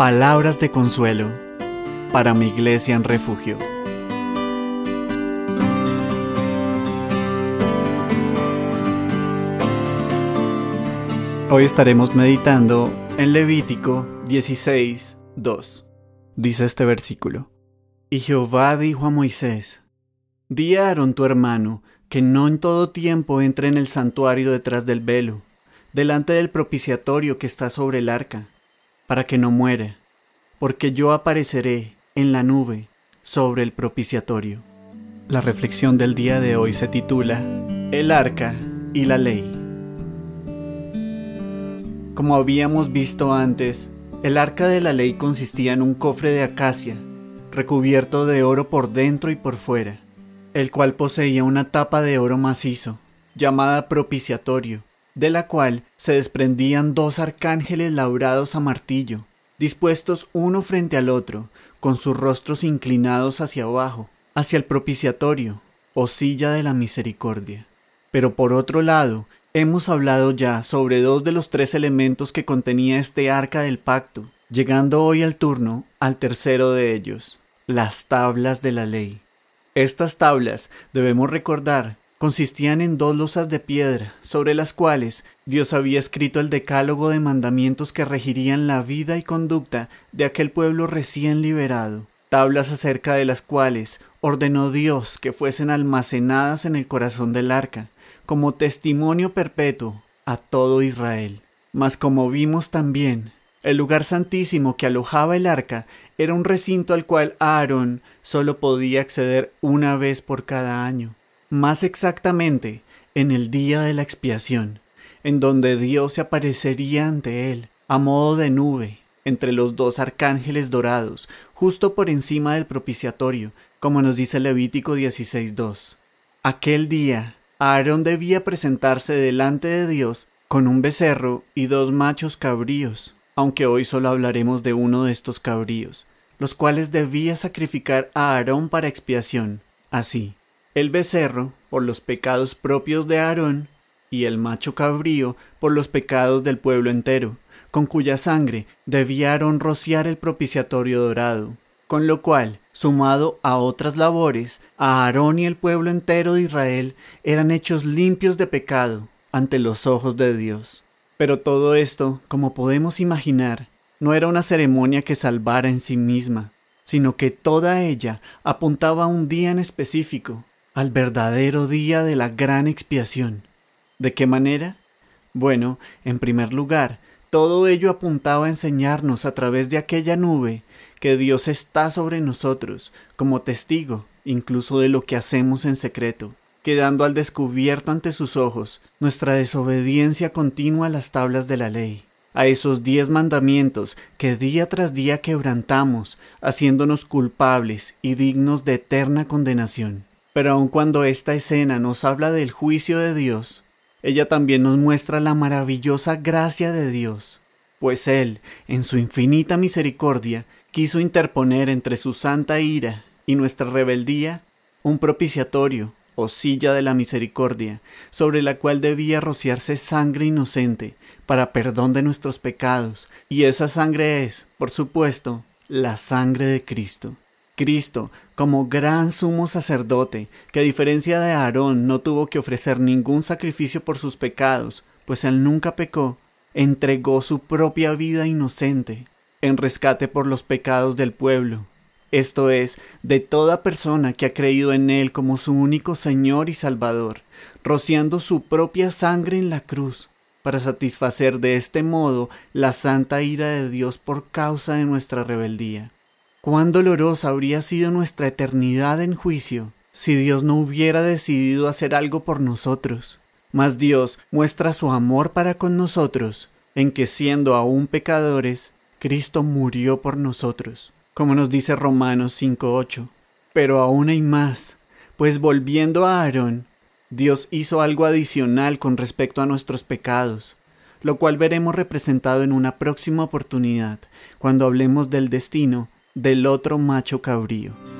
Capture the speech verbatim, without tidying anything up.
Palabras de consuelo para mi iglesia en refugio. Hoy estaremos meditando en Levítico dieciséis, dos. Dice este versículo: Y Jehová dijo a Moisés: Di a Aarón tu hermano que no en todo tiempo entre en el santuario detrás del velo, delante del propiciatorio que está sobre el arca, para que no muera, porque yo apareceré en la nube sobre el propiciatorio. La reflexión del día de hoy se titula El arca y la ley. Como habíamos visto antes, el arca de la ley consistía en un cofre de acacia, recubierto de oro por dentro y por fuera, el cual poseía una tapa de oro macizo, llamada propiciatorio, de la cual se desprendían dos arcángeles labrados a martillo, dispuestos uno frente al otro, con sus rostros inclinados hacia abajo, hacia el propiciatorio, o silla de la misericordia. Pero por otro lado, hemos hablado ya sobre dos de los tres elementos que contenía este arca del pacto, llegando hoy al turno al tercero de ellos, las tablas de la ley. Estas tablas, debemos recordar, consistían en dos losas de piedra, sobre las cuales Dios había escrito el decálogo de mandamientos que regirían la vida y conducta de aquel pueblo recién liberado, tablas acerca de las cuales ordenó Dios que fuesen almacenadas en el corazón del arca, como testimonio perpetuo a todo Israel. Mas como vimos también, el lugar santísimo que alojaba el arca era un recinto al cual Aarón solo podía acceder una vez por cada año. Más exactamente, en el día de la expiación, en donde Dios se aparecería ante él, a modo de nube, entre los dos arcángeles dorados, justo por encima del propiciatorio, como nos dice Levítico dieciséis, dos. Aquel día, Aarón debía presentarse delante de Dios con un becerro y dos machos cabríos, aunque hoy solo hablaremos de uno de estos cabríos, los cuales debía sacrificar a Aarón para expiación, así. El becerro por los pecados propios de Aarón y el macho cabrío por los pecados del pueblo entero, con cuya sangre debía Aarón rociar el propiciatorio dorado, con lo cual, sumado a otras labores, a Aarón y el pueblo entero de Israel eran hechos limpios de pecado ante los ojos de Dios. Pero todo esto, como podemos imaginar, no era una ceremonia que salvara en sí misma, sino que toda ella apuntaba a un día en específico, al verdadero día de la gran expiación. ¿De qué manera? Bueno, en primer lugar, todo ello apuntaba a enseñarnos a través de aquella nube que Dios está sobre nosotros, como testigo, incluso de lo que hacemos en secreto, quedando al descubierto ante sus ojos nuestra desobediencia continua a las tablas de la ley, a esos diez mandamientos que día tras día quebrantamos, haciéndonos culpables y dignos de eterna condenación. Pero aun cuando esta escena nos habla del juicio de Dios, ella también nos muestra la maravillosa gracia de Dios, pues Él, en su infinita misericordia, quiso interponer entre su santa ira y nuestra rebeldía un propiciatorio, o silla de la misericordia, sobre la cual debía rociarse sangre inocente para perdón de nuestros pecados, y esa sangre es, por supuesto, la sangre de Cristo. Cristo, como gran sumo sacerdote, que a diferencia de Aarón no tuvo que ofrecer ningún sacrificio por sus pecados, pues él nunca pecó, entregó su propia vida inocente, en rescate por los pecados del pueblo, esto es, de toda persona que ha creído en él como su único Señor y Salvador, rociando su propia sangre en la cruz, para satisfacer de este modo la santa ira de Dios por causa de nuestra rebeldía. Cuán dolorosa habría sido nuestra eternidad en juicio si Dios no hubiera decidido hacer algo por nosotros. Mas Dios muestra su amor para con nosotros en que, siendo aún pecadores, Cristo murió por nosotros, como nos dice Romanos cinco, ocho. Pero aún hay más, pues volviendo a Aarón, Dios hizo algo adicional con respecto a nuestros pecados, lo cual veremos representado en una próxima oportunidad, cuando hablemos del destino del otro macho cabrío.